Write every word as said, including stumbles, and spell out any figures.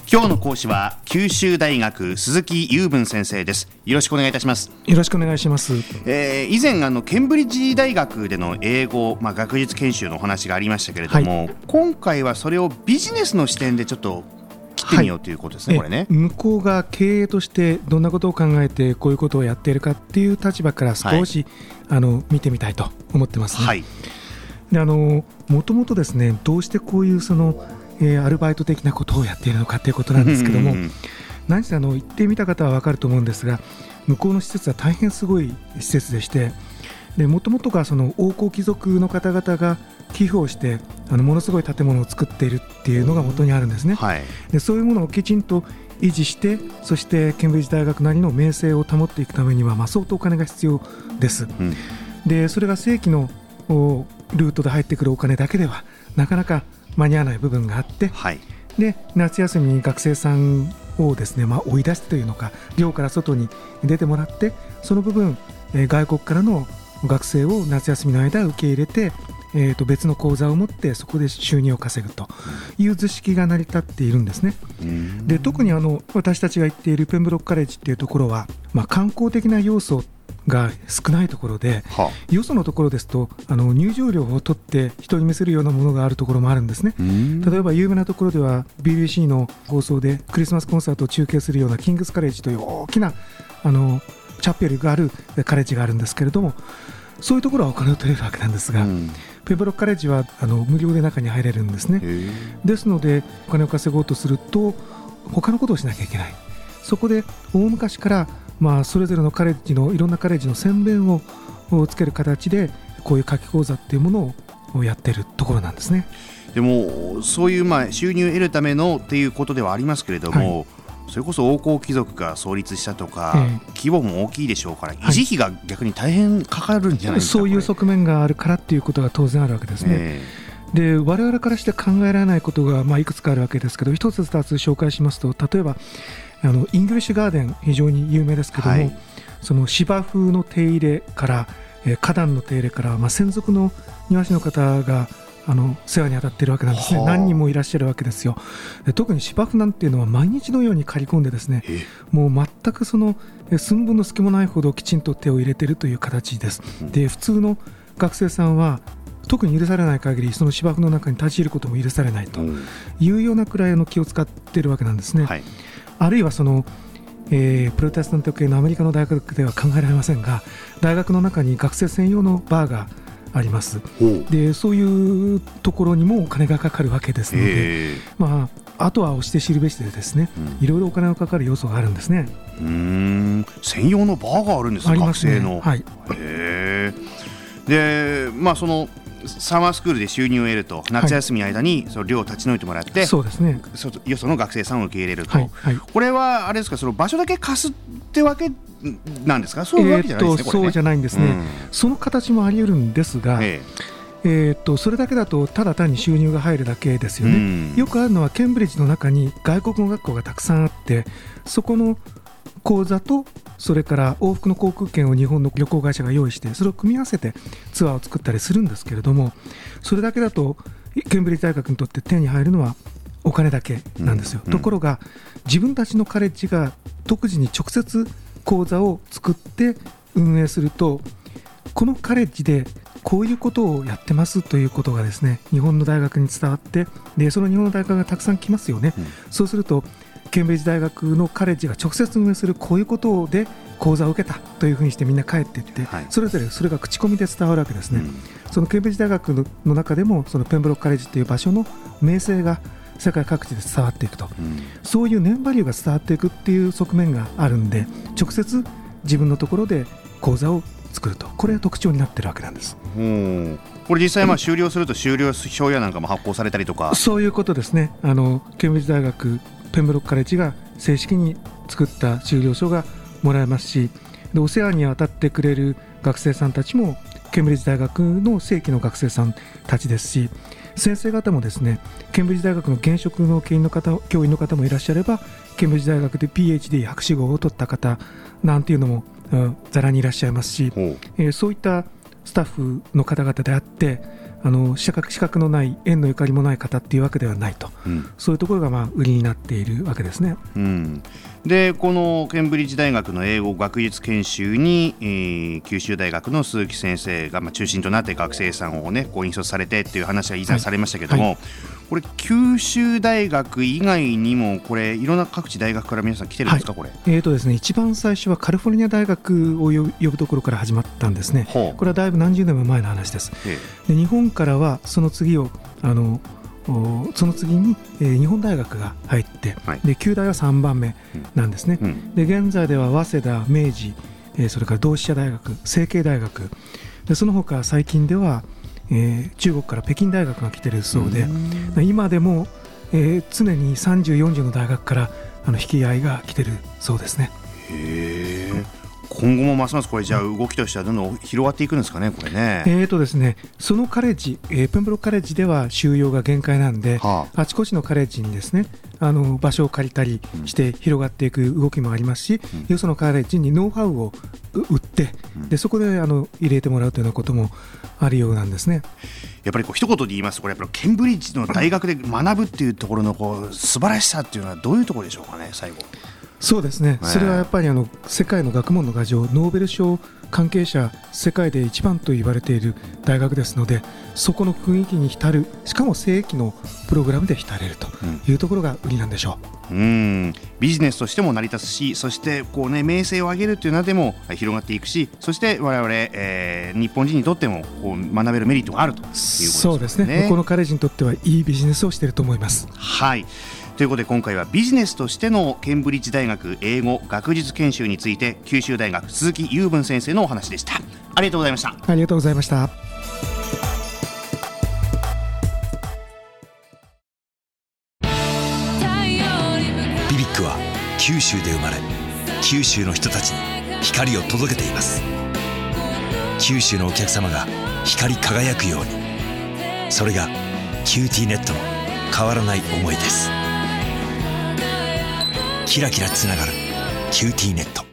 今日の講師は九州大学鈴木雄文先生です。よろしくお願いいたします。 よろしくお願いします。 えー、以前あのケンブリッジ大学での英語、まあ、学術研修のお話がありましたけれども、はい、今回はそれをビジネスの視点でちょっと切ってみようということですね、はい、これね。 向こうが経営としてどんなことを考えてこういうことをやっているかっていう立場から少し、はい、あの見てみたいと思ってますね。はい、であのもともとですね、どうしてこういうそのえー、アルバイト的なことをやっているのかということなんですけども、何せあの行ってみた方は分かると思うんですが、向こうの施設は大変すごい施設でして、もともとがその王侯貴族の方々が寄付をしてあのものすごい建物を作っているっていうのが元にあるんですね。はい、でそういうものをきちんと維持して、そしてケンブリッジ大学なりの名声を保っていくためには、まあ、相当お金が必要です。うん、でそれが正規のルートで入ってくるお金だけではなかなか間に合わない部分があって、はい、で夏休みに学生さんをですね、まあ、追い出すというのか、寮から外に出てもらって、その部分、えー、外国からの学生を夏休みの間受け入れて、えー、と別の講座を持ってそこで収入を稼ぐという図式が成り立っているんですね。で特にあの私たちが行っているペンブロックカレッジっていうところは、まあ、観光的な要素が少ないところで、はあ、よそのところですとあの入場料を取って人に見せるようなものがあるところもあるんですね。例えば有名なところでは ビービーシー の放送でクリスマスコンサートを中継するようなキングスカレッジという大きなあのチャペルがあるカレッジがあるんですけれども、そういうところはお金を取れるわけなんですが、ペンブロックカレッジはあの無料で中に入れるんですね。ですのでお金を稼ごうとすると他のことをしなきゃいけない。そこで大昔からまあ、それぞれのカレッジのいろんなカレッジの宣伝をつける形でこういう夏季講座っていうものをやっているところなんですね。 でもそういうまあ収入を得るためのっていうことではありますけれども、はい、それこそ王侯貴族が創立したとか、えー、規模も大きいでしょうから、維持費が逆に大変かかるんじゃないですか。 そういう側面があるからっていうことが当然あるわけですね。えー、で我々からして考えられないことがまあいくつかあるわけですけど、一つ二つ紹介しますと、例えばあのイングリッシュガーデン非常に有名ですけども、はい、その芝生の手入れから、えー、花壇の手入れから、まあ、専属の庭師の方があの世話に当たっているわけなんですね。何人もいらっしゃるわけですよ。で特に芝生なんていうのは毎日のように刈り込んでですね、もう全くその寸分の隙もないほどきちんと手を入れているという形です。で普通の学生さんは特に許されない限りその芝生の中に立ち入ることも許されないというようなくらいの気を使っているわけなんですね。はい、あるいはその、えー、プロテスタント系のアメリカの大学では考えられませんが、大学の中に学生専用のバーがあります。でそういうところにもお金がかかるわけですので、まあ、あとは押して知るべしでですね、うん、いろいろお金がかかる要素があるんですね。 うーん、専用のバーがあるんですか。ありますね。学生の、はい、へー。でまあそのサマースクールで収入を得ると、夏休みの間にその寮を立ち退いてもらって、はい、そうですね、よその学生さんを受け入れると、はいはい、これはあれですか、その場所だけ貸すってわけなんですか。そういうわけじゃないですね。えー、これね、そうじゃないんですね。うん、その形もあり得るんですが、えーえー、とそれだけだとただ単に収入が入るだけですよね。うん、よくあるのはケンブリッジの中に外国語学校がたくさんあって、そこの講座とそれから往復の航空券を日本の旅行会社が用意して、それを組み合わせてツアーを作ったりするんですけれども、それだけだとケンブリッジ大学にとって手に入るのはお金だけなんですよ。うん、ところが自分たちのカレッジが独自に直接講座を作って運営すると、このカレッジでこういうことをやってますということがですね、日本の大学に伝わって、でその日本の大学がたくさん来ますよね。うん、そうするとケンブリッジ大学のカレッジが直接運営するこういうことで講座を受けたというふうにしてみんな帰っていって、はい、それぞれそれが口コミで伝わるわけですね。うん、そのケンブリッジ大学の中でもそのペンブロックカレッジという場所の名声が世界各地で伝わっていくと、うん、そういう年バリューが伝わっていくっていう側面があるんで、直接自分のところで講座を作ると、これが特徴になっているわけなんです。 うん、これ実際まあ終了すると修了証やなんかも発行されたりとか、 そういうことですね。あのケンブリッジ大学ペンブロックカレッジが正式に作った修了証がもらえますし、でお世話に当たってくれる学生さんたちもケンブリッジ大学の正規の学生さんたちですし、先生方もですね、ケンブリッジ大学の現職の教員の方、教員の方もいらっしゃれば、ケンブリッジ大学で ピーエイチディー 博士号を取った方なんていうのもざらにいらっしゃいますし、えー、そういったスタッフの方々であって、 あの資格、資格のない縁のゆかりもない方っていうわけではないと、うん、そういうところがまあ売りになっているわけですね。 うん、でこのケンブリッジ大学の英語学術研修に、えー、九州大学の鈴木先生がまあ中心となって学生さんを、ね、こう引率されてっていう話が以前されましたけども、はいはい、これ九州大学以外にもこれいろんな各地大学から皆さん来てるんですか、はい、これ、 えーとですね、一番最初はカリフォルニア大学を呼ぶところから始まったんですね。これはだいぶ何十年も前の話です。で日本からはその次をあのその次に、えー、日本大学が入って、はい、で旧大はさんばんめなんですね、うん、で現在では早稲田、明治、えー、それから同志社大学、成蹊大学でその他最近では、えー、中国から北京大学が来ているそうで、今でも、えー、常にさんじゅう、よんじゅうの大学からあの引き合いが来ているそうですね。 へー、今後もますますこれじゃあ動きとしてはどんどん広がっていくんですかね、これね。 えーとですね、そのカレッジ、えー、プンブロックカレッジでは収容が限界なんで、はあ、あちこちのカレッジにですね、あの場所を借りたりして広がっていく動きもありますし、うん、よそのカレッジにノウハウを売って、うん、でそこであの入れてもらうというようなこともあるようなんですね。 やっぱりこう一言で言いますと、これやっぱりケンブリッジの大学で学ぶっていうところのこう素晴らしさっていうのはどういうところでしょうかね、最後。 そうですね、それはやっぱりあの世界の学問の牙城、ノーベル賞関係者世界で一番と言われている大学ですので、そこの雰囲気に浸る、しかも正規のプログラムで浸れるというところが売りなんでしょう。 うん、うんビジネスとしても成り立つし、そしてこう、ね、名声を上げるというのでも広がっていくし、そして我々、えー、日本人にとってもこう学べるメリットがあるということですね。 そうですね、このカレッジにとってはいいビジネスをしていると思います。 はい、ということで今回はビジネスとしてのケンブリッジ大学英語学術研修について九州大学鈴木雄文先生のお話でした。ありがとうございました。 ありがとうございました。 ビビックは九州で生まれ、九州の人たちに光を届けています。九州のお客様が光り輝くように、それがキューティーネットの変わらない思いです。キラキラつながるキューティーネット。